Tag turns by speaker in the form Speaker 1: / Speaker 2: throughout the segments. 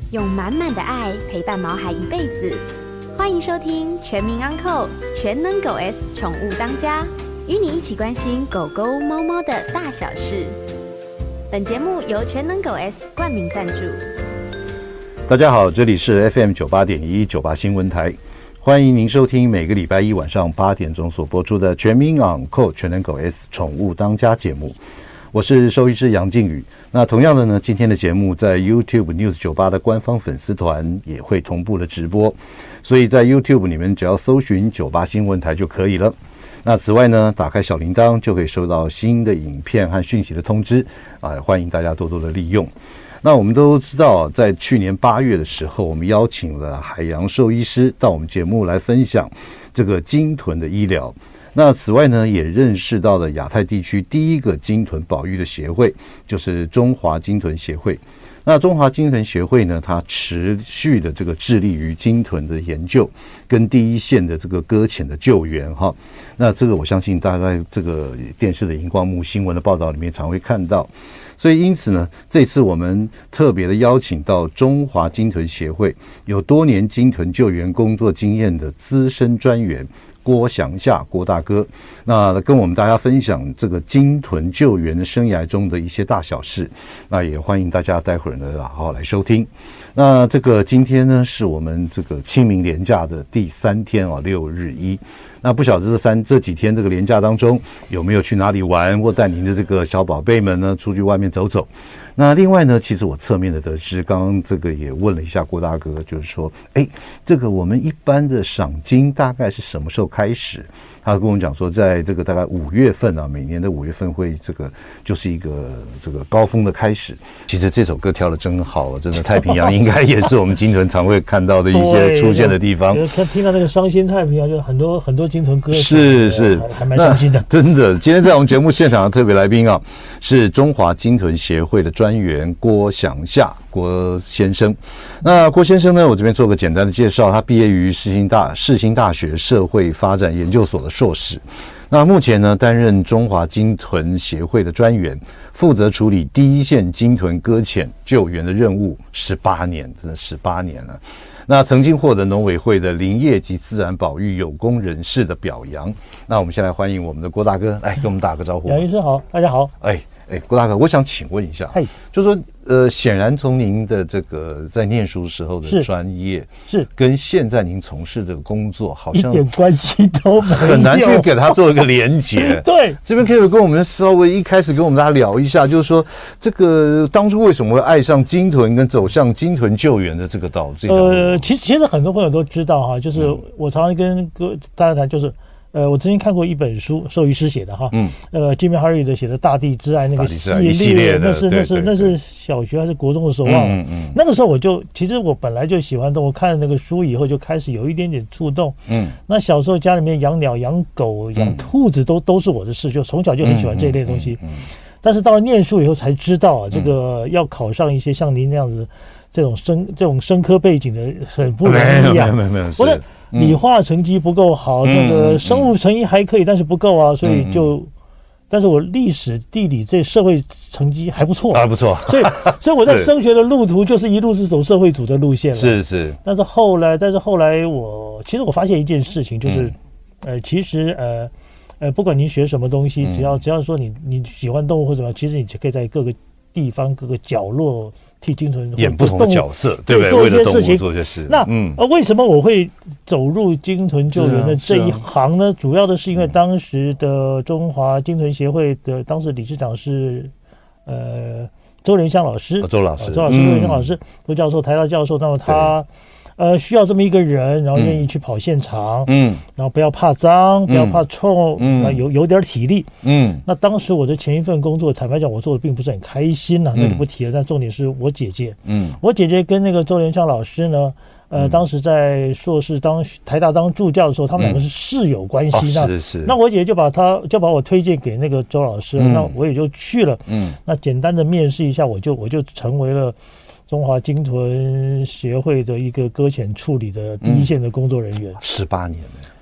Speaker 1: 用满满的爱陪伴毛孩一辈子。欢迎收听全民安扣全能狗 S 宠物当家，与你一起关心狗狗猫猫的大小事。本节目由全能狗 S 冠名赞助。
Speaker 2: 大家好，这里是 FM 98.1 98新闻台，欢迎您收听每个礼拜一晚上8点钟所播出的全民昂扣全能狗 S 宠物当家节目。我是兽医师杨靖宇。那同样的呢，今天的节目在 YouTube News 98的官方粉丝团也会同步的直播，所以在 YouTube 你们只要搜寻98新闻台就可以了。那此外呢，打开小铃铛就可以收到新的影片和讯息的通知欢迎大家多多的利用。那我们都知道，在去年8月的时候，我们邀请了海洋兽医师到我们节目来分享这个鲸豚的医疗。那此外呢，也认识到了亚太地区第一个鲸豚保育的协会，就是中华鲸豚协会。那中华鲸豚协会呢，它持续的这个致力于鲸豚的研究跟第一线的这个搁浅的救援哈。那这个我相信大家在这个电视的荧光幕新闻的报道里面常会看到。所以因此呢，这次我们特别的邀请到中华鲸豚协会有多年鲸豚救援工作经验的资深专员郭祥夏郭大哥，那跟我们大家分享这个鲸豚救援的生涯中的一些大小事。那也欢迎大家待会儿呢好好来收听。那这个今天呢是我们这个清明连假的第3天6日1。那不晓得这几天这个连假当中有没有去哪里玩，或带您的这个小宝贝们呢出去外面走走。那另外呢，其实我侧面的得知，刚刚这个也问了一下郭大哥，就是说这个我们一般的赏鲸大概是什么时候开始？他跟我讲说，在这个大概5月份每年的5月份会这个就是一个这个高峰的开始。其实这首歌挑得真好，真的太平洋应该也是我们鲸豚常会看到的一些出现的地方。
Speaker 3: 他听到那个伤心太平洋，就很多鲸豚歌
Speaker 2: 是
Speaker 3: 还蛮伤心的。
Speaker 2: 真的，今天在我们节目现场的特别来宾是中华鲸豚协会的专员郭祥夏郭先生。那郭先生呢，我这边做个简单的介绍，他毕业于世新大学社会发展研究所的硕士。那目前呢，担任中华鲸豚协会的专员，负责处理第一线鲸豚搁浅救援的任务18年，真的18年了。那曾经获得农委会的林业及自然保育有功人士的表扬。那我们先来欢迎我们的郭大哥，来跟我们打个招呼。
Speaker 3: 杨医师好，大家好。
Speaker 2: 郭大哥，我想请问一下，就是说，显然从您的这个在念书时候的专业
Speaker 3: 是
Speaker 2: 跟现在您从事这个工作好像
Speaker 3: 一点关系都没有，
Speaker 2: 很难去给他做一个连结。
Speaker 3: 对，
Speaker 2: 这边可以跟我们稍微一开始跟我们大家聊一下，就是说这个当初为什么会爱上鲸豚跟走向鲸豚救援的这个道路？
Speaker 3: 其实很多朋友都知道就是我常常跟大家谈，就是我曾经看过一本书，兽医师写的吉米哈瑞的写的《大地之爱》那个系列，那是小学还是国中的时候忘了。那个时候其实我本来就喜欢动物，看了那个书以后就开始有一点点触动。那小时候家里面养鸟、养狗、养兔子都是我的事，就从小就很喜欢这一类东西。但是到了念书以后才知道这个要考上一些像您那样子这种生科背景的很不容易啊。
Speaker 2: 没有。
Speaker 3: 我的理化成绩不够好，这个生物成绩还可以，但是不够啊，所以但是我历史、地理这社会成绩还不错，
Speaker 2: 还不错，
Speaker 3: 所以我在升学的路途就是一路是走社会组的路线了。是。但是后来其实我发现一件事情，就是其实不管您学什么东西，只要说你喜欢动物或什么，其实你就可以在各个地方各个角落替鲸豚
Speaker 2: 演不同的角色，对不对？
Speaker 3: 做一些事情，
Speaker 2: 做一些事。
Speaker 3: 那为什么我会走入鲸豚救援的这一行呢？主要的是因为当时的中华鲸豚协会的当时理事长是周连香老师，周连香老师，周教授，台大教授。那么他需要这么一个人，然后愿意去跑现场，然后不要怕脏，不要怕臭，有点体力，那当时我的前一份工作，坦白讲，我做的并不是很开心那就不提了。但重点是我姐姐，我姐姐跟那个周连香老师呢，当时在硕士台大当助教的时候，他们两个是室友关系。那我姐姐就把我推荐给那个周老师，那我也就去了。那简单的面试一下，我就成为了中华鲸豚协会的一个搁浅处理的第一线的工作人员。
Speaker 2: 18年了。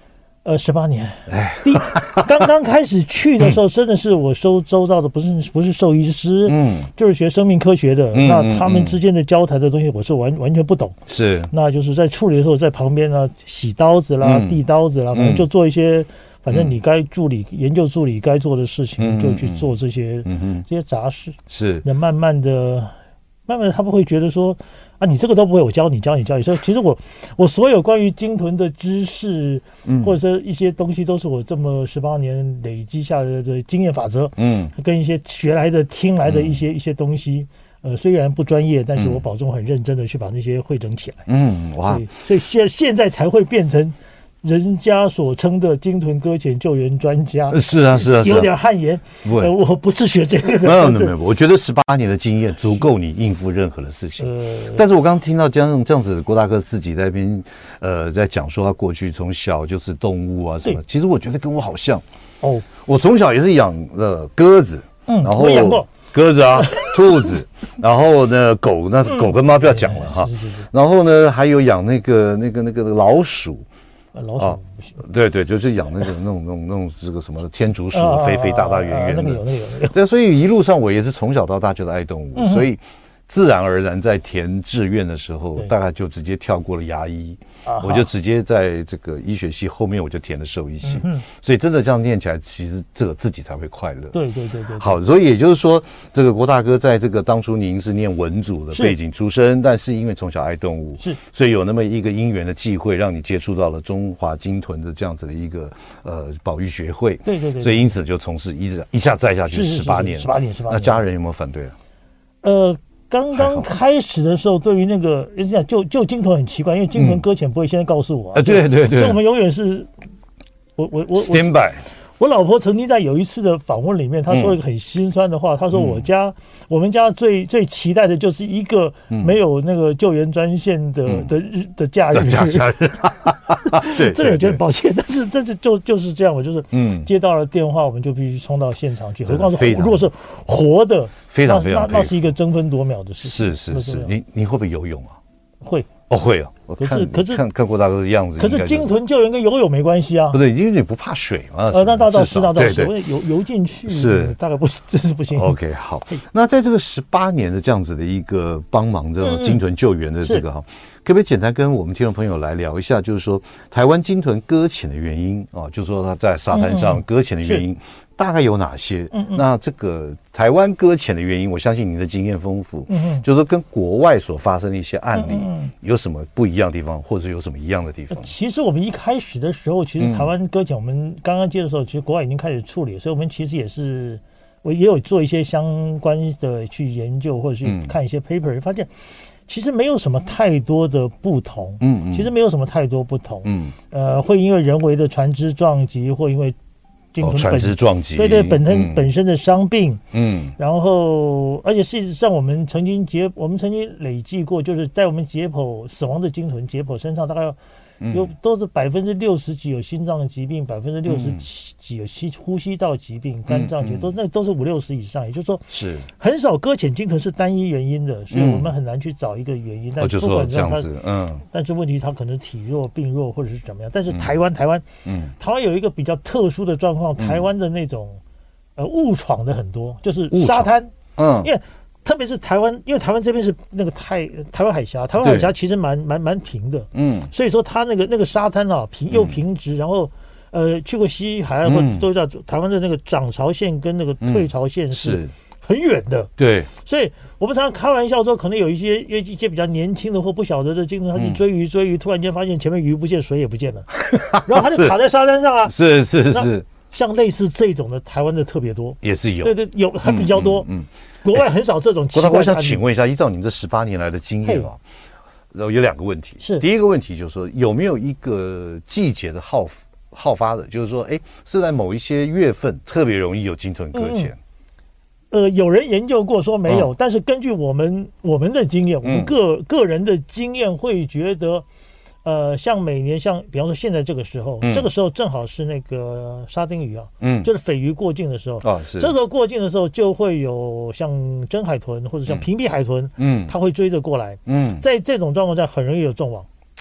Speaker 3: 18年。刚刚开始去的时候，真的是我周遭的不是兽医师，就是学生命科学的，那他们之间的交谈的东西，我是完全不懂。
Speaker 2: 是，
Speaker 3: 那就是在处理的时候，在旁边呢洗刀子啦、递刀子啦，反正就做一些，反正你该研究助理该做的事情，就去做这些杂事。是，那慢慢的他们会觉得说啊，你这个都不会，我教你。所以其实我所有关于鲸豚的知识，或者是一些东西，都是我这么18年累积下来的经验法则，跟一些学来的、听来的一些东西。虽然不专业，但是我保证很认真的去把那些汇整起来。哇！所以现在才会变成人家所称的鲸豚搁浅救援专家。是啊，有点汗颜。我不是学这个的。
Speaker 2: 没有，我觉得18年的经验足够你应付任何的事情。但是我刚刚听到这样子，郭大哥自己在那边在讲说他过去从小就是动物啊什么，其实我觉得跟我好像。我从小也是养鸽子，然后
Speaker 3: 我养过
Speaker 2: 鸽子啊，兔子，然后呢狗，那狗跟猫不要讲了哈。然后呢还有养那个老鼠。
Speaker 3: 老鼠不行，
Speaker 2: 对，就是养那种这个什么天竺鼠，肥肥大大圆圆的，
Speaker 3: 那个有。
Speaker 2: 对，所以一路上我也是从小到大就是爱动物，所以自然而然在填志愿的时候，大概就直接跳过了牙医，我就直接在这个医学系后面我就填了兽医系，所以真的这样念起来，其实这个自己才会快乐。对。好，所以也就是说，这个郭大哥在这个当初您是念文组的背景出身，但是因为从小爱动物，所以有那么一个因缘的机会，让你接触到了中华鲸豚的这样子的一个保育学会。对，所以因此就从事一下再下去18年。那家人有没有反对啊？
Speaker 3: 刚刚开始的时候，对于那个就鲸豚很奇怪，因为鲸豚搁浅不会现在告诉我。
Speaker 2: 对，
Speaker 3: 所以我们永远是我
Speaker 2: stand by。
Speaker 3: 我老婆曾经在有一次的访问里面，她说了一个很心酸的话，她说我们家最期待的就是一个没有那个救援专线的假日。对，这个我觉得抱歉，但是就是这样，我就是接到了电话，我们就必须冲到现场去。何况是如果是活的，
Speaker 2: 非常
Speaker 3: 那是一个争分夺秒的事情。
Speaker 2: 是，你会不会游泳啊？
Speaker 3: 会。
Speaker 2: 会啊，可是看郭大哥的样子，
Speaker 3: 可是鲸豚救援跟游泳没关系啊。
Speaker 2: 不对，因为你不怕水嘛。
Speaker 3: 那倒是，游进去是大概不，这是不行。
Speaker 2: OK， 好。那在这个18年的这样子的一个帮忙这种鲸豚救援的这个哈，可不可以简单跟我们听众朋友来聊一下，就是说台湾鲸豚搁浅的原因啊，就是说它在沙滩上搁浅的原因。大概有哪些？那这个台湾搁浅的原因，我相信您的经验丰富，就是说跟国外所发生的一些案例有什么不一样的地方，或者有什么一样的地方？
Speaker 3: 其实我们一开始的时候，其实台湾搁浅，我们刚刚接的时候，其实国外已经开始处理，所以我们其实我也有做一些相关的去研究，或者去看一些 paper， 发现其实没有什么太多的不同，其实没有什么太多不同，会因为人为的船只撞击，或因为
Speaker 2: 船只撞击，
Speaker 3: 对，本身的伤病，然后而且事实上我们曾经累计过，就是在我们解剖死亡的鲸豚解剖身上，大概都是60%几有心脏疾病，60%几有呼吸道疾病、肝脏疾病，都是50-60以上，也就是说是很少搁浅鲸豚是单一原因的，所以我们很难去找一个原因。但不管这样子，但是问题它可能体弱、病弱或者是怎么样。但是台湾有一个比较特殊的状况，台湾的那种误闯的很多，就是沙滩，因为。特别是台湾，因为台湾这边是那个台湾海峡，台湾海峡其实蛮平的，所以说它那个沙滩啊又平直，然后去过西海岸或者都知道台湾的那个涨潮线跟那个退潮线是很远的，对，所以我们常常开玩笑说，可能有一些比较年轻的或不晓得的鲸豚，他去追鱼，突然间发现前面鱼不见，水也不见了，然后他就卡在沙滩上啊，是，像类似这种的台湾的特别多，也是有，对，有还比较多，国外很少这种奇怪的。我想请问一下，依照你们这18年来的经验啊，有2个问题。是第一个问题就是说，有没有一个季节的好发的，就是说，是在某一些月份特别容易有鲸豚搁浅？ 有人研究过说没有，但是根据我们的经验，我们个人的经验会觉得。像每年比方说现在这个时候正好是那个沙丁鱼啊，就是鲱鱼过境的时候是这时候过境的时候就会有像真海豚或者像屏蔽海豚，它会追着过来，在这种状况下很容易有中网。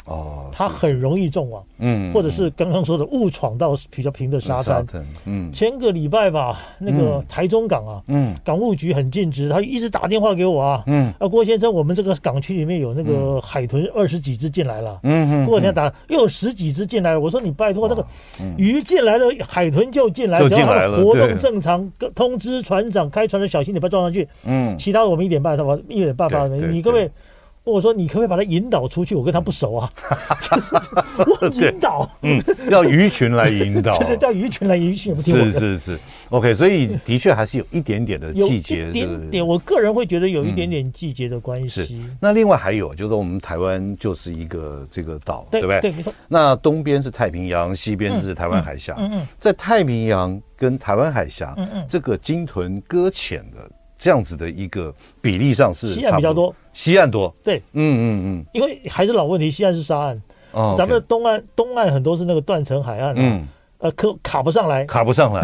Speaker 2: 哦，
Speaker 3: 它很容易中网，或者是刚刚说的误闯到比较平的沙滩。前个礼拜吧，那个台中港啊，港务局很尽职，他一直打电话给我啊，郭先生，我们这个港区里面有那个海豚20几只进来了，郭先生打又有10几只进来了，我说你拜托，那个鱼进来了，海豚就进来，只要它的活动正常，通知船长开船的小心点，不要撞上去。其他的我们1点半，你各位。我说你可不可以把他引导出去？我跟他不熟啊，我引导，
Speaker 2: 要鱼群来引导，
Speaker 3: 这叫鱼群来引导，
Speaker 2: 是 ，OK， 所以的确还是有一点点的季节，
Speaker 3: 有一点点，我个人会觉得有一点点季节的关系。
Speaker 2: 那另外还有就是我们台湾就是一个这个岛，对不对？
Speaker 3: 对，没错。
Speaker 2: 那东边是太平洋，西边是台湾海峡，在太平洋跟台湾海峡，这个鲸豚搁浅的。这样子的一个比例上是
Speaker 3: 西岸比较多，
Speaker 2: 西岸多，
Speaker 3: 对，因为还是老问题，西岸是沙岸，咱们的东岸很多是那个断层海岸，卡不上来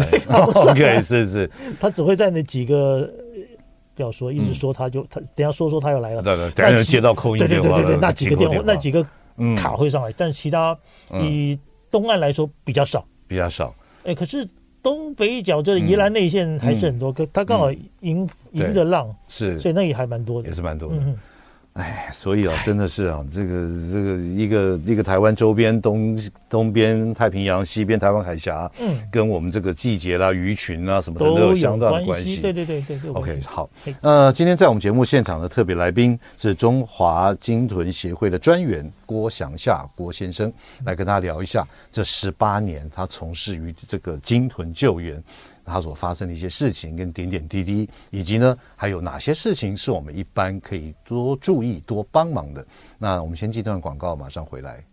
Speaker 3: ，OK， 是，他只会在那几个，不要说，一直说他等下说他要来了，
Speaker 2: 对，等下接到扣音电话，
Speaker 3: 对，那几个电话，那几个卡会上来，但其他以东岸来说比较少，可是。东北角这宜兰内线还是很多，它刚好迎着浪，
Speaker 2: 是，
Speaker 3: 所以那也还蛮多的，
Speaker 2: 也是蛮多的。所以真的是啊，这个一个台湾周边东边太平洋，西边台湾海峡，跟我们这个季节啦、鱼群啊什么的都有相当的关系。
Speaker 3: 对。
Speaker 2: OK， 好，今天在我们节目现场的特别来宾是中华鲸豚协会的专员郭祥夏郭先生，来跟大家聊一下这18年他从事于这个鲸豚救援。他所发生的一些事情跟点点滴滴，以及呢还有哪些事情是我们一般可以多注意多帮忙的。那我们先进段广告，马上回来。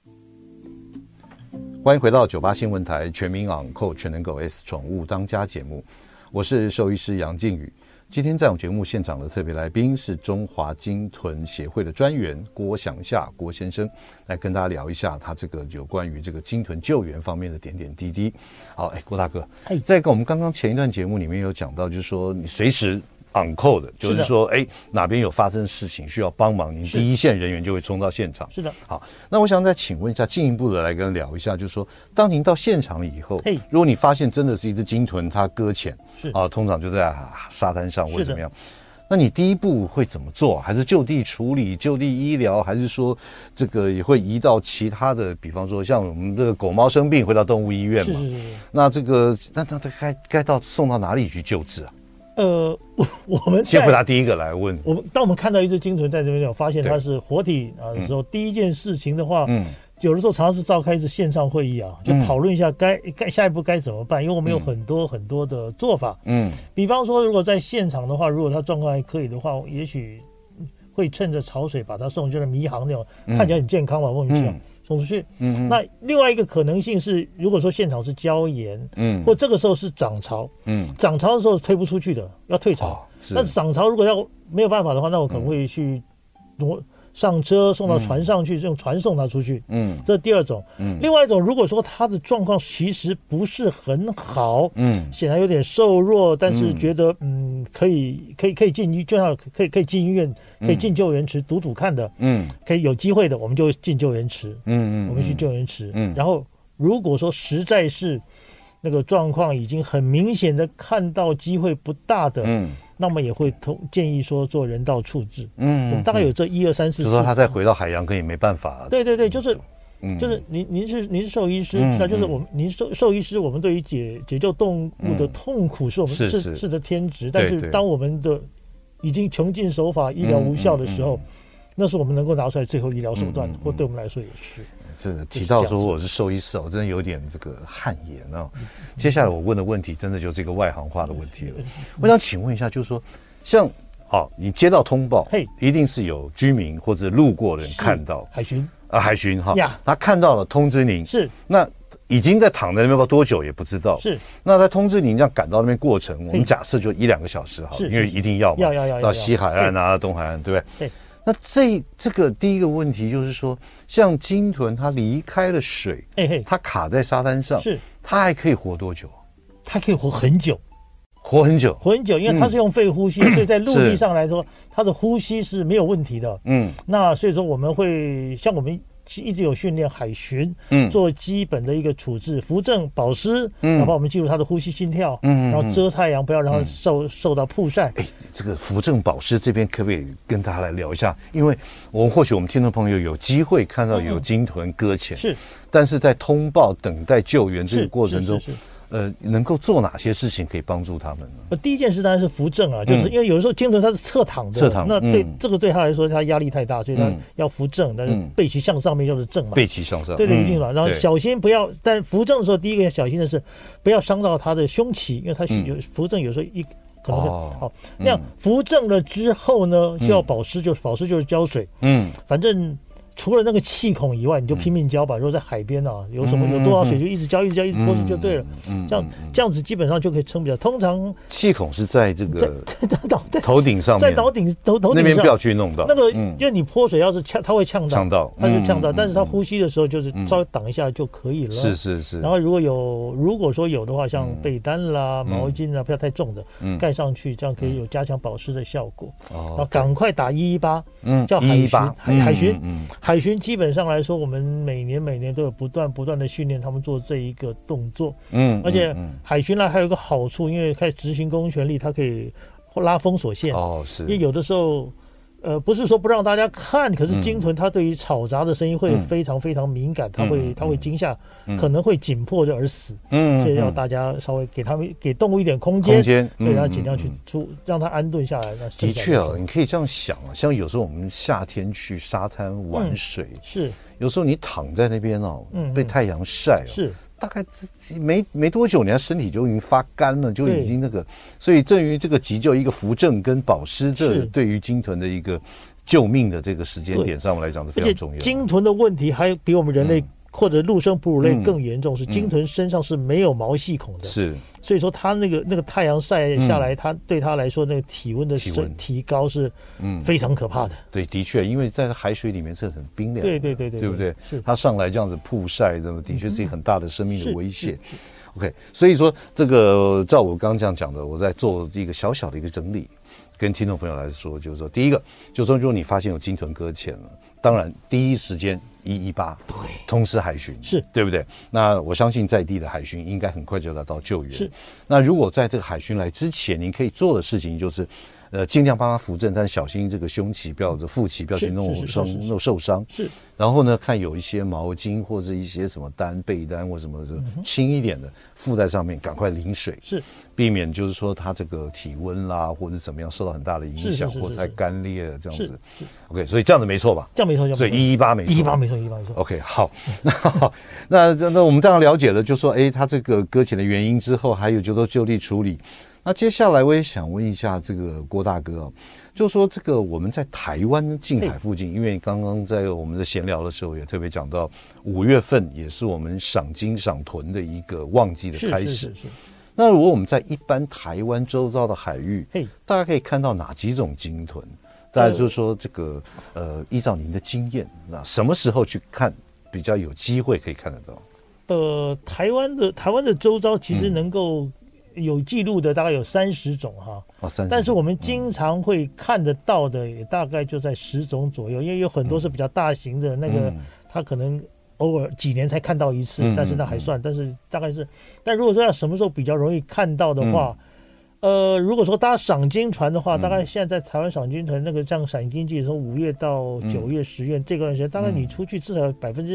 Speaker 2: 欢迎回到98新闻台全民昂扣全能狗 S 宠物当家节目，我是兽医师杨靖宇。今天在我们节目现场的特别来宾是中华鲸豚协会的专员郭祥夏郭先生，来跟大家聊一下他这个有关于这个鲸豚救援方面的点点滴滴。好，郭大哥，在跟我们刚刚前一段节目里面有讲到，就是说你随时on call的，就是说哪边有发生事情需要帮忙，你第一线人员就会冲到现场。
Speaker 3: 是的。
Speaker 2: 好，那我想再请问一下，进一步的来跟聊一下，就是说当您到现场以后，如果你发现真的是一只鲸豚它搁浅，通常就在沙滩上或者怎么样，那你第一步会怎么做？还是就地处理、就地医疗，还是说这个也会移到其他的，比方说像我们这个狗猫生病会到动物医院嘛？是。那这个那该送到哪里去救治啊？
Speaker 3: 我们
Speaker 2: 先回答第一个来问。
Speaker 3: 当我们看到一只鲸豚在这边有发现它是活体的时候，第一件事情的话，有的时候常常是召开一次线上会议啊，就讨论一下该下一步该怎么办，因为我们有很多的做法。比方说如果在现场的话，如果它状况还可以的话，也许会趁着潮水把它送，就是迷航那种，看起来很健康嘛，莫名其妙送出去。那另外一个可能性是，如果说现场是礁岩，或这个时候是涨潮，涨潮的时候推不出去的，要退潮。那涨潮如果要没有办法的话，那我可能会去上车送到船上去，用船送它出去。这是第二种。另外一种，如果说它的状况其实不是很好，显然有点瘦弱，但是觉得可以进医，就像可以进医院，可以进救援池赌看的，可以有机会的，我们就进救援池。我们去救援池。然后如果说实在是那个状况已经很明显的看到机会不大的，那么也会建议说做人道处置。我们大概有这1、2、3、4。就
Speaker 2: 说他再回到海洋，可以没办法。
Speaker 3: 对，就是您是兽医师，那就是您兽医师，我们对于解救动物的痛苦是我们是的天职，但是当我们的已经穷尽手法，医疗无效的时候，那是我们能够拿出来最后医疗手段，或对我们来说也是。
Speaker 2: 这个提到说我是兽医师，我真的有点这个汗颜啊。接下来我问的问题，真的就是这个外行话的问题了。我想请问一下，就是说，像你接到通报，一定是有居民或者路过的人看到海巡哈，他看到了通知您，
Speaker 3: 是
Speaker 2: 那已经在躺在那边多久也不知道，
Speaker 3: 是那
Speaker 2: 在通知您这样赶到那边过程，我们假设就1、2个小时好，因为一定要到西海岸啊、东海岸，对不对？对。那这个第一个问题就是说，像鲸豚它离开了水，它卡在沙滩上，是它还可以活多久？
Speaker 3: 它可以活很久，因为它是用肺呼吸，所以在陆地上来说，它的呼吸是没有问题的。那所以说我们会像我们一直有训练海巡，做基本的一个处置，扶正保湿，然后我们记录他的呼吸心跳，然后遮太阳，不要让他受到曝晒。
Speaker 2: 这个扶正保湿这边可不可以跟大家来聊一下？因为或许我们听众朋友有机会看到有鲸豚搁浅，是，但是在通报等待救援这个过程中。能够做哪些事情可以帮助他们呢？
Speaker 3: 第一件事当然是扶正啊，就是因为有的时候鲸豚它是侧躺的，那这个对他来说他压力太大，所以他要扶正，但是背鳍向上面就是正嘛，
Speaker 2: 背鳍向上，
Speaker 3: 对对，一定了。然后小心不要，但扶正的时候，第一个要小心的是不要伤到他的胸鳍，因为他有扶正有时候可能会好，那样扶正了之后呢，就要保湿，就是浇水，反正。除了那个气孔以外，你就拼命浇吧。如果在海边啊，有多少水就一直浇，一直泼就对了。这样子基本上就可以撑比较。通常
Speaker 2: 气孔是在这个头顶上面，
Speaker 3: 在头顶
Speaker 2: 那边不要去弄到
Speaker 3: 那个，因为你泼水要是它会呛到，它就呛到。但是它呼吸的时候就是稍微挡一下就可以了。是。然后如果说有的话，像被单啦、毛巾啊，不要太重的，盖上去，这样可以有加强保湿的效果。然后赶快打118，叫海巡。海巡基本上来说，我们每年都有不断的训练他们做这一个动作。而且海巡呢还有一个好处，因为开始执行公权力，它可以拉封锁线。是。因为有的时候，不是说不让大家看，可是鲸豚它对于吵杂的声音会非常非常敏感，它会惊吓，可能会紧迫着而死。所以要大家稍微给动物一点空间，对，然后尽量去让它安顿下来。
Speaker 2: 的确你可以这样想啊，像有时候我们夏天去沙滩玩水，
Speaker 3: 是有
Speaker 2: 时候你躺在那边被太阳晒
Speaker 3: 是。
Speaker 2: 大概没多久，你的身体就已经发干了，就已经那个，所以对于这个急救，一个扶正跟保湿，这对于鲸豚的一个救命的这个时间点上来讲是非常重要的。
Speaker 3: 鲸豚的问题还比我们人类或者陆生哺乳类更严重，是鲸豚身上是没有毛细孔的，
Speaker 2: 是，
Speaker 3: 所以说它那个太阳晒下来，它对它来说那个体温的提高是非常可怕的。
Speaker 2: 对，的确，因为在海水里面是很冰凉，
Speaker 3: 对，
Speaker 2: 对不对？
Speaker 3: 是
Speaker 2: 它上来这样子曝晒，的确是一个很大的生命的威胁。OK， 所以说这个照我刚刚这样讲的，我在做一个小小的一个整理，跟听众朋友来说，就是说，第一个，就是说，如果你发现有鲸豚搁浅了，当然第一时间118，对，通知海巡，
Speaker 3: 是
Speaker 2: 对不对？那我相信在地的海巡应该很快就要到救援。
Speaker 3: 是。
Speaker 2: 那如果在这个海巡来之前，您可以做的事情就是，尽量帮他扶正，但小心这个胸鳍不要腹鳍不要去弄受伤。
Speaker 3: 是。
Speaker 2: 然后呢，看有一些毛巾或者一些什么被单或什么的轻一点的附在上面，赶快淋水，
Speaker 3: 是
Speaker 2: 避免就是说它这个体温啦或者怎么样受到很大的影响，或者太干裂了这样子。OK， 所以这样子没错吧？
Speaker 3: 这样没错，
Speaker 2: 所以118没错
Speaker 3: ，118没错。
Speaker 2: OK， 好，那我们当然了解了，就说它这个搁浅的原因之后，还有就地处理。那接下来我也想问一下这个郭大哥就说这个我们在台湾近海附近，因为刚刚在我们的闲聊的时候也特别讲到5月份也是我们赏鲸赏豚的一个旺季的开始。
Speaker 3: 是。
Speaker 2: 那如果我们在一般台湾周遭的海域，大家可以看到哪几种鲸豚？大家就是说这个依照您的经验，那什么时候去看比较有机会可以看得到？
Speaker 3: 台湾的周遭其实能够有记录的大概有30种哈，但是我们经常会看得到的也大概就在10种左右，因为有很多是比较大型的那个，它可能偶尔几年才看到一次，但是那还算，但是大概是，但如果说要什么时候比较容易看到的话，如果说搭赏鲸船的话，大概现在在台湾赏鲸船那个像赏鲸季，从5月到9月、10月这段时间，大概你出去至少有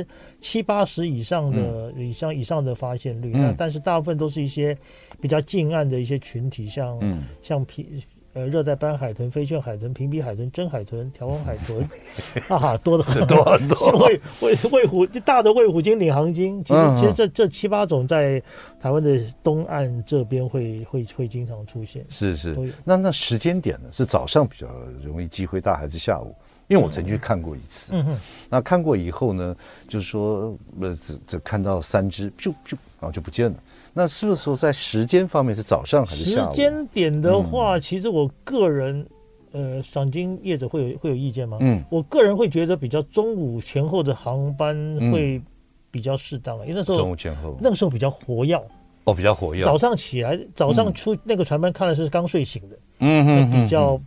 Speaker 3: 70-80%以上的发现率。那但是大部分都是一些比较近岸的一些群体，像热带斑海豚、飞旋海豚、平鼻海豚、真海豚、条纹海豚，多得很多。卫虎大的卫虎鲸、领航鲸，其实这7-8种在台湾的东岸这边会经常出现。
Speaker 2: 是。那时间点呢？是早上比较容易机会大，还是下午？因为我曾经看过一次，那看过以后呢，就是说只看到3只，然后就不见了。那是不是说在时间方面是早上还是下午？
Speaker 3: 时间点的话，其实我个人，赏鲸业者会有意见吗？我个人会觉得比较中午前后的航班会比较适当，因为那时候
Speaker 2: 中午前后
Speaker 3: 那个时候比较活跃。
Speaker 2: 比较活跃。
Speaker 3: 早上起来，早上出那个船班看的是刚睡醒的，比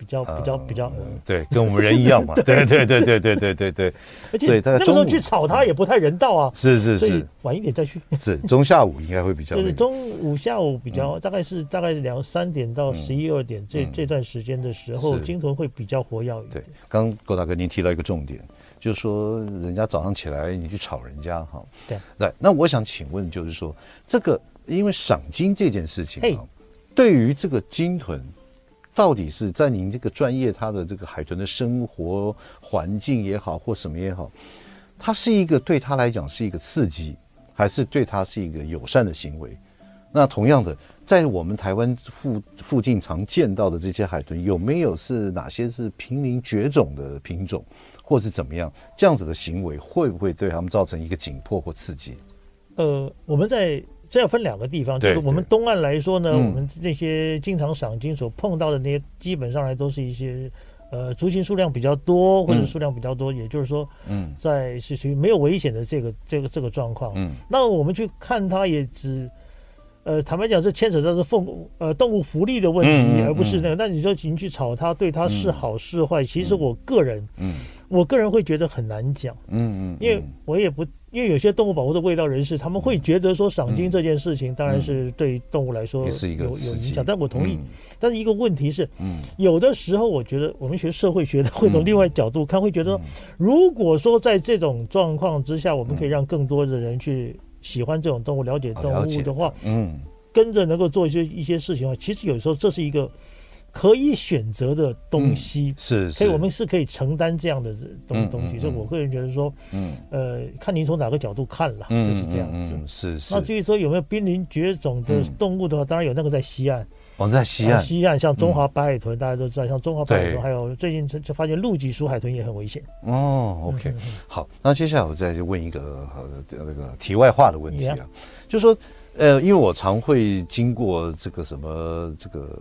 Speaker 3: 比较，
Speaker 2: 对，跟我们人一样嘛，对，
Speaker 3: 而且那个时候去炒它也不太人道啊，
Speaker 2: 是，
Speaker 3: 晚一点再去，
Speaker 2: 是中下午应该会比较，
Speaker 3: 就是中午下午比较，大概2-3点到11-12点这段时间的时候，鲸豚会比较活跃一点。
Speaker 2: 对，刚刚郭大哥您提到一个重点，就是说人家早上起来你去炒人家哈，对，那我想请问就是说这个因为赏鲸这件事情啊，对于这个鲸豚。到底是在您这个专业，它的这个海豚的生活环境也好，或什么也好，它是一个对它来讲是一个刺激，还是对它是一个友善的行为？那同样的，在我们台湾附近常见到的这些海豚，有没有是哪些是濒临绝种的品种，或是怎么样？这样子的行为会不会对他们造成一个紧迫或刺激？
Speaker 3: 我们这要分2个地方，就是我们东岸来说呢，我们这些经常赏鲸所碰到的那些，基本上来都是一些族群数量比较多或者数量比较多，也就是说，在是属于没有危险的这个状况。那我们去看它也只。坦白讲，这牵扯到是动物福利的问题，而不是那个。那你说你去炒它，对它是好是坏？其实我个人会觉得很难讲。因为我也不，因为有些动物保护的卫道人士，他们会觉得说赏鲸这件事情，当然是对动物来说有影响。但我同意。但是一个问题是，有的时候我觉得我们学社会学的会从另外角度看，会觉得如果说在这种状况之下，我们可以让更多的人去。喜欢这种动物，了解动物的话，跟着能够做一些事情的话，其实有时候这是一个可以选择的东西，
Speaker 2: 是
Speaker 3: 可以，我们是可以承担这样的东西。所以我个人觉得说，看您从哪个角度看了，就是这样子。
Speaker 2: 是。
Speaker 3: 那至于说有没有濒临绝种的动物的话，当然有，那个在西岸。
Speaker 2: 在西岸，
Speaker 3: 像中华白海豚，大家都知道，像中华白海豚，还有最近就发现陆基属海豚也很危险。
Speaker 2: OK， 好，那接下来我再问一个那个题外话的问题啊，就是说，因为我常会经过这个什么这个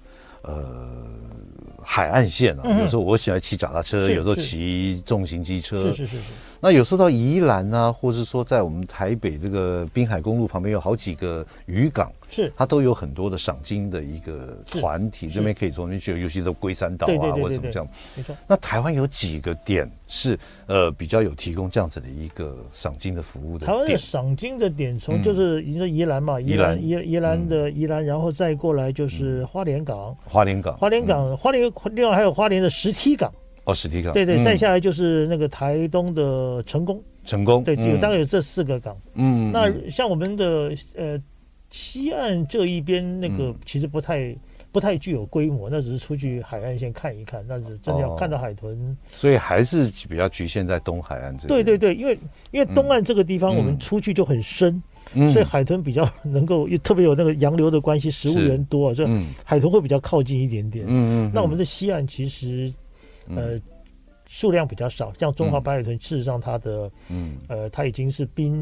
Speaker 2: 海岸线啊，有时候我喜欢骑脚踏车，有时候骑重型机车，
Speaker 3: 是。
Speaker 2: 那有时候到宜兰啊，或是说在我们台北这个滨海公路旁边有好几个渔港，它都有很多的赏鲸的一个团体，这边可以从那边去，尤其是龟山岛啊，或者什么这样。
Speaker 3: 没错。
Speaker 2: 那台湾有几个点是比较有提供这样子的一个赏鲸的服务的？
Speaker 3: 台湾的赏鲸的点从就是你说宜兰嘛，宜兰，然后再过来就是花莲港，另外还有花莲的石梯港。
Speaker 2: 石梯港，
Speaker 3: 对，再下来就是那个台东的成功，对，大概有这4个港。那像我们的西岸这一边那个其实不太具有规模，那只是出去海岸线看一看，那是真的要看到海豚，
Speaker 2: 所以还是比较局限在东海岸这边。
Speaker 3: 对，因为东岸这个地方我们出去就很深，所以海豚比较能够，特别有那个洋流的关系，食物源多，所以海豚会比较靠近一点点。那我们的西岸其实。数量比较少，像中华白海豚，事实上它的它已经是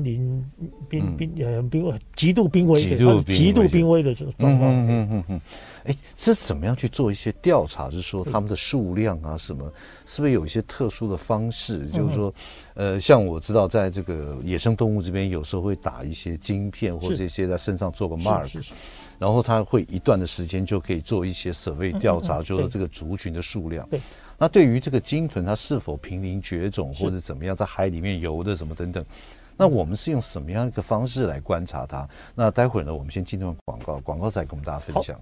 Speaker 3: 极度濒危的状况。
Speaker 2: 是怎么样去做一些调查？就是说它们的数量啊，什么是不是有一些特殊的方式？就是说，像我知道在这个野生动物这边，有时候会打一些晶片或者一些在身上做个 mark。然后它会一段的时间就可以做一些survey调查，就是这个族群的数量。
Speaker 3: 对，
Speaker 2: 那对于这个鲸豚，它是否濒临绝种或者怎么样，在海里面游的什么等等，那我们是用什么样一个方式来观察它？那待会儿呢，我们先进段广告再跟我们大家分享。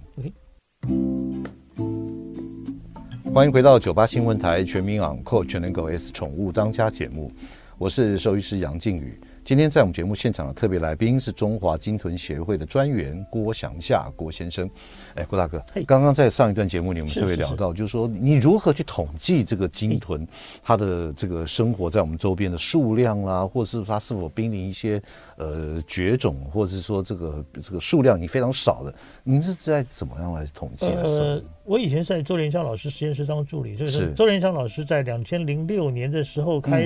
Speaker 2: 欢迎回到98新闻台全民昂扣全能狗 S 宠物当家节目，我是兽医师杨靖宇。今天在我们节目现场的特别来宾是中华鲸豚协会的专员郭祥夏郭先生。郭大哥，刚刚在上一段节目里我们特别聊到，就是说你如何去统计这个鲸豚它的这个生活在我们周边的数量啦，或者是它是否濒临一些绝种，或者是说这个数量你非常少的，您是在怎么样来统计的？
Speaker 3: 我以前在周连昌老师实验室当助理，就是周连昌老师在2006年的时候开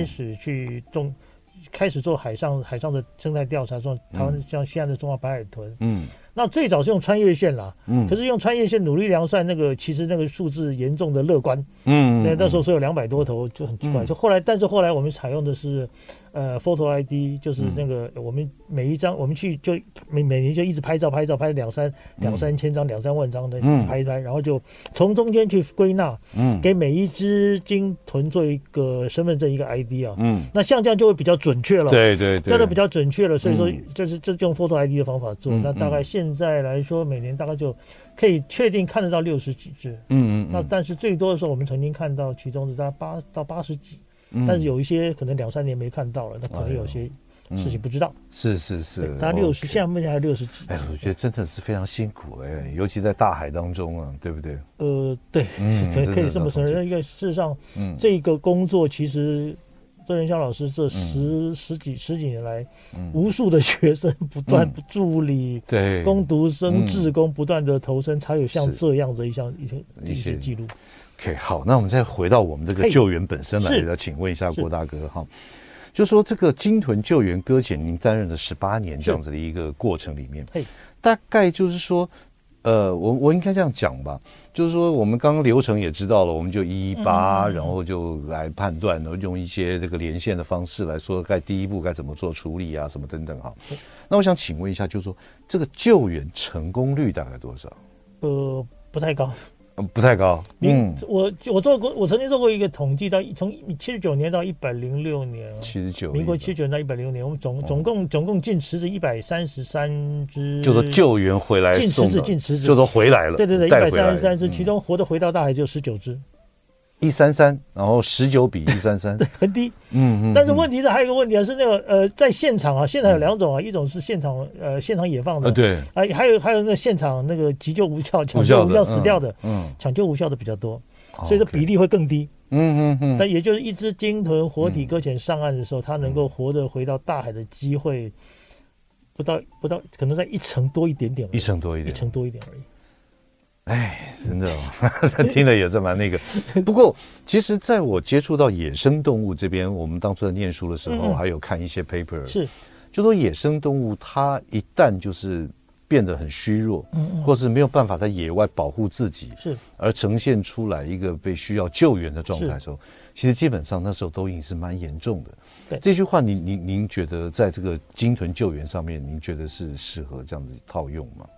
Speaker 3: 始做海上的生态调查，做台湾像西岸的中华白海豚。 那最早是用穿越线啦，可是用穿越线努力量算那个，其实那个数字严重的乐观，那时候说有200多头就很奇怪，就后来，但是后来我们采用的是Photo ID， 就是那个我们每一张我们去就每年就一直拍照，拍两三千张、2-3万张的拍一拍，然后就从中间去归纳，给每一只鲸豚做一个身份证一个 ID 啊，那像这样就会比较准确了，
Speaker 2: 对，
Speaker 3: 真的比较准确了，所以说这用 Photo ID 的方法做，那大概现在来说每年大概就可以确定看得到60几只，那但是最多的时候我们曾经看到其中的大概8到80几。但是有一些可能2-3年没看到了，那可能有些事情不知道。
Speaker 2: 是，
Speaker 3: 大概60，现在目前还有60几。
Speaker 2: 我觉得真的是非常辛苦尤其在大海当中啊，对不对？
Speaker 3: 对，可以这么说。因为事实上，这个工作其实周仁湘老师这十几年来，无数的学生不断助理、工读生、志工不断的投身，才有像这样的一些记录。
Speaker 2: OK， 好，那我们再回到我们这个救援本身来，请问一下郭大哥哈，就说这个鲸豚救援搁浅，您担任了18年这样子的一个过程里面，大概就是说，我应该这样讲吧，就是说我们刚刚流程也知道了，我们就118，然后就来判断，然后用一些这个连线的方式来说，第一步该怎么做处理啊，什么等等哈。那我想请问一下，就是说这个救援成功率大概多少？
Speaker 3: 不太高。
Speaker 2: 不太高。
Speaker 3: 我曾经做过一个统计，从79年到106年
Speaker 2: ，79
Speaker 3: 民国79年到106年，我们总共进池子133只，
Speaker 2: 就说救援回来
Speaker 3: 进池子
Speaker 2: 就都回来了。
Speaker 3: 对，133只，其中活得回到大海就19只。
Speaker 2: 133，然后19比133，
Speaker 3: 对，很低。但是问题是还有一个问题啊，是那个在现场现场有2种啊，一种是现场野放的，
Speaker 2: 对，
Speaker 3: 还有那个现场那个急救无效、抢救无效死掉的，抢救无效的比较多，所以这比例会更低。那也就是一只鲸豚活体搁浅上岸的时候，它能够活着回到大海的机会不到，可能在1成多一点点，1成多一点而已。
Speaker 2: 真的听了也是蛮那个。不过，其实在我接触到野生动物这边，我们当初在念书的时候，还有看一些 paper， 就说野生动物它一旦就是变得很虚弱，或是没有办法在野外保护自己，而呈现出来一个被需要救援的状态的时候，其实基本上那时候都已经是蛮严重的。这句话您觉得在这个鲸豚救援上面，您觉得是适合这样子套用吗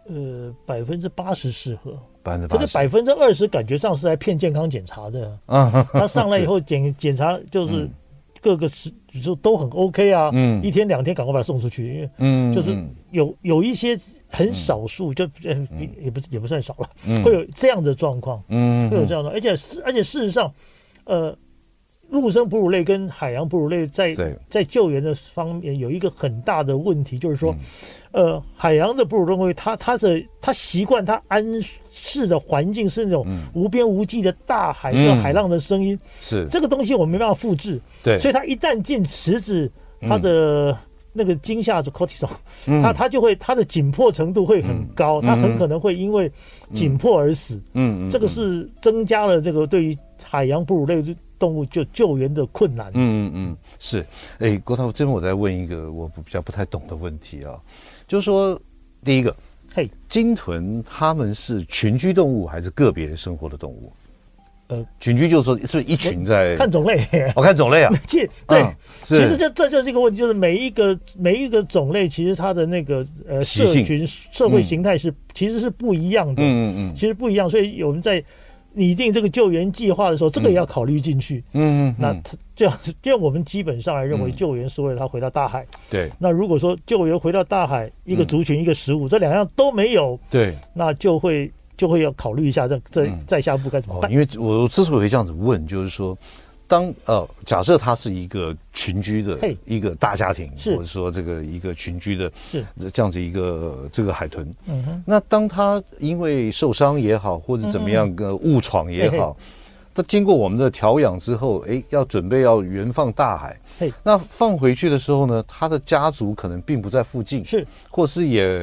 Speaker 3: ？80%适合。
Speaker 2: 可
Speaker 3: 是20%感觉上是来骗健康检查的。他上来以后检查就是各个指数都很 OK 啊。1天2天赶快把它送出去，因为就是有一些很少数，就也不算少了，会有这样的状况。会有这样的，而且事实上，陆生哺乳类跟海洋哺乳类在救援的方面有一个很大的问题，就是说，海洋的哺乳动物它习惯它安适的环境是那种无边无际的大海，是海浪的声音，是这个东西我们没办法复制，所以它一旦进池子，它的那个惊吓的 cortisol， 它就会它的紧迫程度会很高，它很可能会因为紧迫而死。这个是增加了这个对于海洋哺乳类动物救援的困难。
Speaker 2: 是。郭大夫，这边我再问一个我比较不太懂的问题啊，就是说，第一个，鲸豚它们是群居动物还是个别生活的动物？群居就是说是不是一群在
Speaker 3: 看种类？
Speaker 2: 看种类啊。
Speaker 3: 对，其实这就是一个问题，就是每一个种类其实它的那个社会形态其实是不一样的。其实不一样，所以我们在拟定这个救援计划的时候，这个也要考虑进去。那这样，因为我们基本上来认为救援是为了它回到大海。对。那如果说救援回到大海，一个族群一个食物，这2样都没有，对，那就会要考虑一下再下一步该怎么办。
Speaker 2: 因为我之所以会这样子问，就是说，当假设它是一个群居的一个大家庭，或者说这个一个群居的这样子一个这个海豚，那当它因为受伤也好，或者怎么样误闯也好，它经过我们的调养之后，要准备要原放大海，那放回去的时候呢，它的家族可能并不在附近，或是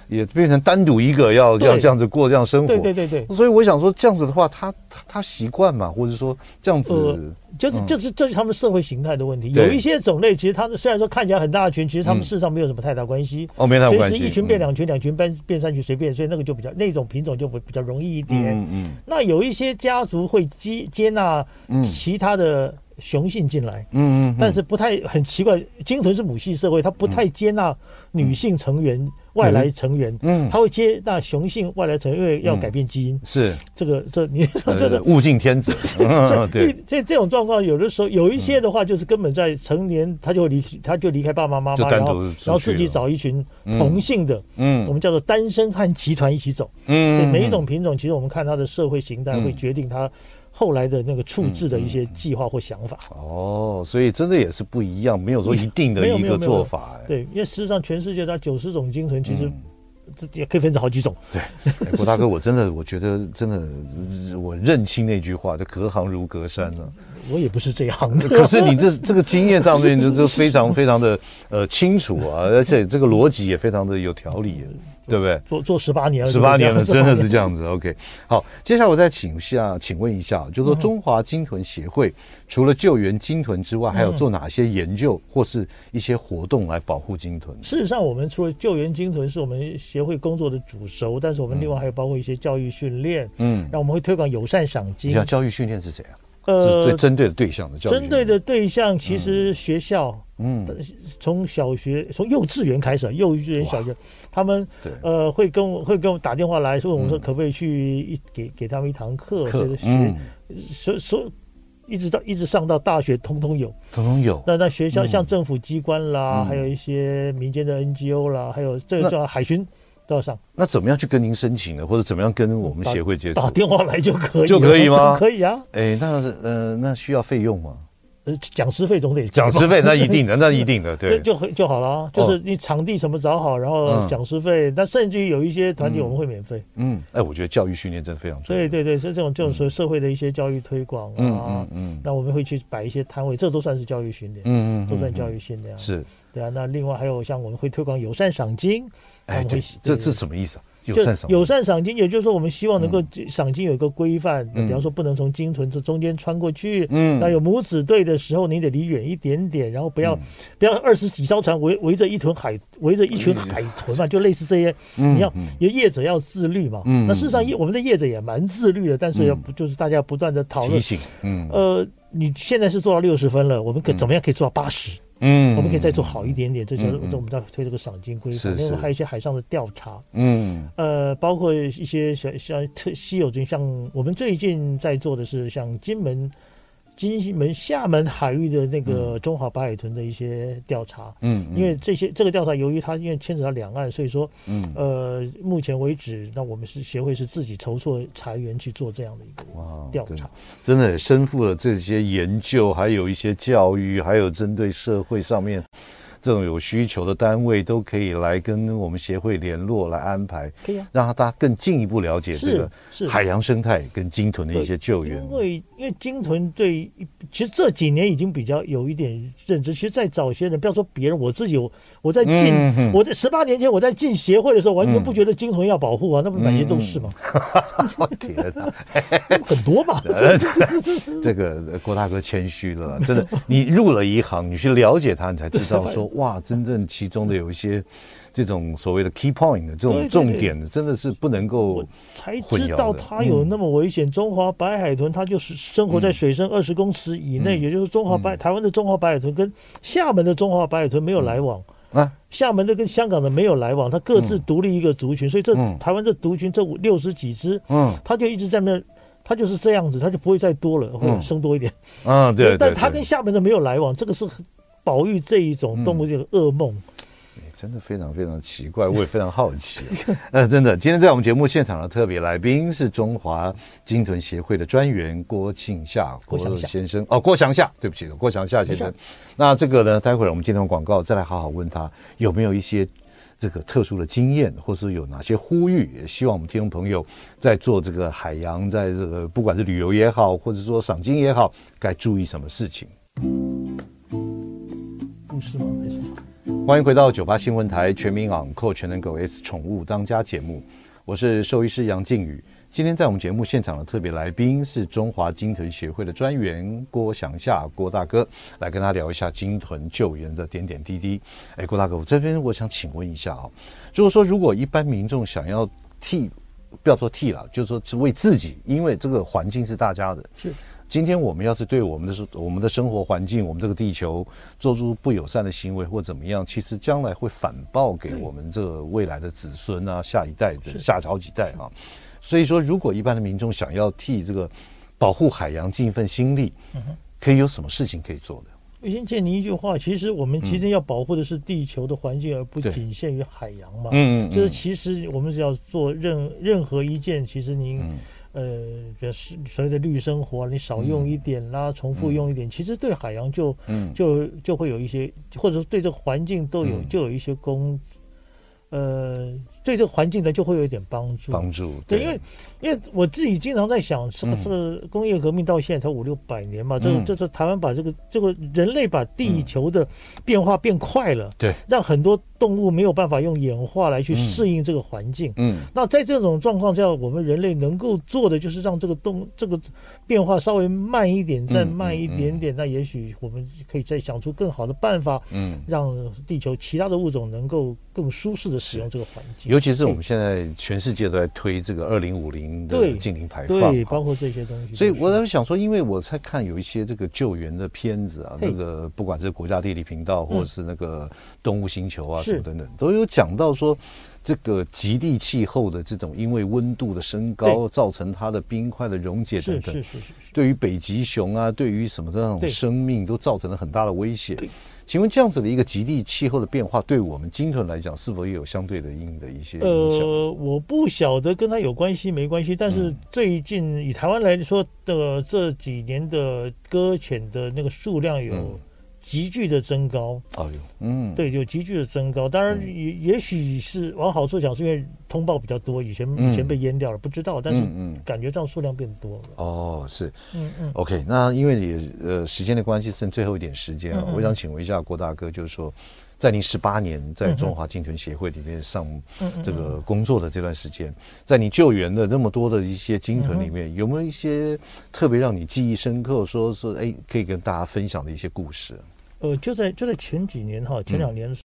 Speaker 2: 也变成单独一个要这样子过这样生活。
Speaker 3: 对。
Speaker 2: 所以我想说，这样子的话，他习惯嘛，或者说这样子，
Speaker 3: 这是他们社会形态的问题。有一些种类，其实他们虽然说看起来很大的群，其实他们事实上没有什么太大关系。
Speaker 2: 没太大关系。
Speaker 3: 随时一群变两群，两群变三群，随便，所以那个就比较那种品种就比较容易一点。那有一些家族会接纳其他的雄性进来，但是不太很奇怪，鲸豚是母系社会，它不太接纳女性成员、外来成员，它会接纳雄性外来成员，因为要改变基因。
Speaker 2: 是
Speaker 3: 你就是
Speaker 2: 物竞天择。对，
Speaker 3: 这种状况有的时候有一些的话，就是根本在成年他就离开爸爸妈妈，然后自己找一群同性的，我们叫做单身汉集团一起走。所以每一种品种，其实我们看它的社会形态会决定它后来的那个处置的一些计划或想法。
Speaker 2: 所以真的也是不一样，没有说一定的一个做法。
Speaker 3: 对，因为事实上全世界它90种鲸豚，其实也可以分成好几种。
Speaker 2: 对，郭大哥，我觉得真的，我认清那句话，就隔行如隔山了。
Speaker 3: 我也不是这行的，
Speaker 2: 可是你这个经验上面就非常非常的清楚啊，而且这个逻辑也非常的有条理。对不对？做
Speaker 3: 18年了
Speaker 2: ，18年了，真的是这样子。OK， 好，接下来我再请问一下，就是说中华鲸豚协会除了救援鲸豚之外，还有做哪些研究或是一些活动来保护鲸豚？
Speaker 3: 事实上，我们除了救援鲸豚是我们协会工作的主轴，但是我们另外还有包括一些教育训练，让我们会推广友善赏鲸。
Speaker 2: 教育训练是谁啊？对，针对的对象的教育。
Speaker 3: 针对的对象其实学校，从小学从幼稚园开始，幼稚园小学，他们会跟我打电话来说，我们说可不可以去给他们一堂课，说一直上到大学，通通有。那学校像政府机关啦，还有一些民间的 NGO 啦，还有这个叫海巡。都要上。
Speaker 2: 那怎么样去跟您申请呢？或者怎么样跟我们协会接触？
Speaker 3: 打电话来就可以，
Speaker 2: 就可以吗？
Speaker 3: 可以啊。
Speaker 2: 那需要费用吗？
Speaker 3: 讲师费总得
Speaker 2: 讲师费，那一定的，那一定的，对，
Speaker 3: 就好了。就是你场地什么找好，然后讲师费，那甚至于有一些团体我们会免费。
Speaker 2: 我觉得教育训练真的非常重要。
Speaker 3: 对，是这种社会的一些教育推广啊，那我们会去摆一些摊位，这都算是教育训练，都算教育训练。
Speaker 2: 是，
Speaker 3: 对啊。那另外还有像我们会推广友善赏鲸，
Speaker 2: 这什么意思啊？
Speaker 3: 友善赏鲸，也就是说我们希望能够赏鲸有一个规范，比方说不能从鲸豚这中间穿过去，那有母子队的时候你得离远一点点，然后不要20几艘船围着一群海豚嘛，就类似这些，你要业者要自律嘛。那事实上我们的业者也蛮自律的，但是就是大家不断的讨论
Speaker 2: 提醒，
Speaker 3: 你现在是做到60分了，我们怎么样可以做到80？我们可以再做好一点点，这就是我们在推这个赏鲸规范。另外还有一些海上的调查，包括一些像稀有鲸，像我们最近在做的是像金门、厦门海域的那个中华白海豚的一些调查。因为这个调查由于它因为牵扯到两岸，所以说目前为止，那我们协会是自己筹措财源去做这样的一个调查。
Speaker 2: 真的也身负了这些研究，还有一些教育，还有针对社会上面这种有需求的单位都可以来跟我们协会联络，来安排，
Speaker 3: 可以啊，
Speaker 2: 让大家更进一步了解这个海洋生态跟鲸豚的一些救援。
Speaker 3: 因为鲸豚其实这几年已经比较有一点认知。其实在早些人，不要说别人，我自己我在18年前我在进协会的时候，完全不觉得鲸豚要保护啊，那不满街都是吗？
Speaker 2: 天哪，
Speaker 3: 很多嘛。
Speaker 2: 这个郭大哥谦虚了，真的，你入了一行，你去了解它，你才知道说哇，真正其中的有一些这种所谓的 key point 的这种重点的，真的是不能够
Speaker 3: 才知道它有那么危险。中华白海豚它就是生活在水深20公尺以内，也就是台湾的中华白海豚跟厦门的中华白海豚没有来往。厦门的跟香港的没有来往，它各自独立一个族群，所以台湾这族群这60几只，它就一直在那。它就是这样子，它就不会再多了，或者生多一点。
Speaker 2: 对。
Speaker 3: 但它跟厦门的没有来往，这个是保育这一种动物这个噩梦。
Speaker 2: 真的非常非常奇怪，我也非常好奇。真的，今天在我们节目现场的特别来宾是中华鲸豚协会的专员郭庆夏先生。郭祥夏，对不起，郭祥夏先生。那这个呢，待会儿我们进段广告再来好好问他有没有一些这个特殊的经验，或是有哪些呼吁，也希望我们听众朋友在做这个海洋，在这个不管是旅游也好，或者说赏鲸也好，该注意什么事情。
Speaker 3: 故事吗？还是
Speaker 2: 欢迎回到98新闻台全民昂扣全能狗 S 宠物当家节目，我是兽医师杨靖宇。今天在我们节目现场的特别来宾是中华鲸豚协会的专员郭祥夏郭大哥，来跟他聊一下鲸豚救援的点点滴滴。郭大哥，我这边我想请问一下如果一般民众想要替，不要说替了，就是说是为自己，因为这个环境是大家的，
Speaker 3: 是。
Speaker 2: 今天我们要是对我们的生活环境，我们这个地球做出不友善的行为或怎么样，其实将来会反报给我们这个未来的子孙啊、下一代的下好几代啊。所以说，如果一般的民众想要替这个保护海洋尽一份心力，可以有什么事情可以做的？
Speaker 3: 我先借你一句话，其实我们其实要保护的是地球的环境，而不仅限于海洋嘛。就是其实我们只要做任何一件，其实您。所谓的绿生活，你少用一点啦，重复用一点，其实对海洋就会有一些，或者说对这个环境就有一些对这个环境呢就会有一点帮助。对，因为我自己经常在想，这个工业革命到现在才500-600年嘛，这台湾把这个人类把地球的变化变快了，对，让很多动物没有办法用演化来去适应这个环境。那在这种状况下，我们人类能够做的就是让这个变化稍微慢一点，再慢一点点。那也许我们可以再想出更好的办法，让地球其他的物种能够更舒适的使用这个环境。
Speaker 2: 尤其是我们现在全世界都在推这个2050的净零排放，
Speaker 3: 对，包括这些东西。
Speaker 2: 所以我在想说，因为我在看有一些这个救援的片子啊，那个不管是国家地理频道或者是那个动物星球啊什么等等，都有讲到说，这个极地气候的这种因为温度的升高造成它的冰块的溶解等等，对于北极熊啊，对于什么这种生命都造成了很大的威胁。请问这样子的一个极地气候的变化，对我们鲸豚来讲，是否也有相对的一些影响？
Speaker 3: 我不晓得跟它有关系没关系，但是最近以台湾来说的这几年的搁浅的那个数量有急剧的增高。对，有急剧的增高。当然也许是往好处讲，是因为通报比较多，以前被淹掉了，不知道，但是感觉上数量变多了。
Speaker 2: 是，OK。那因为也时间的关系，剩最后一点时间啊，我想请问一下郭大哥，就是说，在您18年在中华鲸豚协会里面上这个工作的这段时间，在你救援的那么多的一些鲸豚里面，有没有一些特别让你记忆深刻，说可以跟大家分享的一些故事？
Speaker 3: 就在前几年前2年。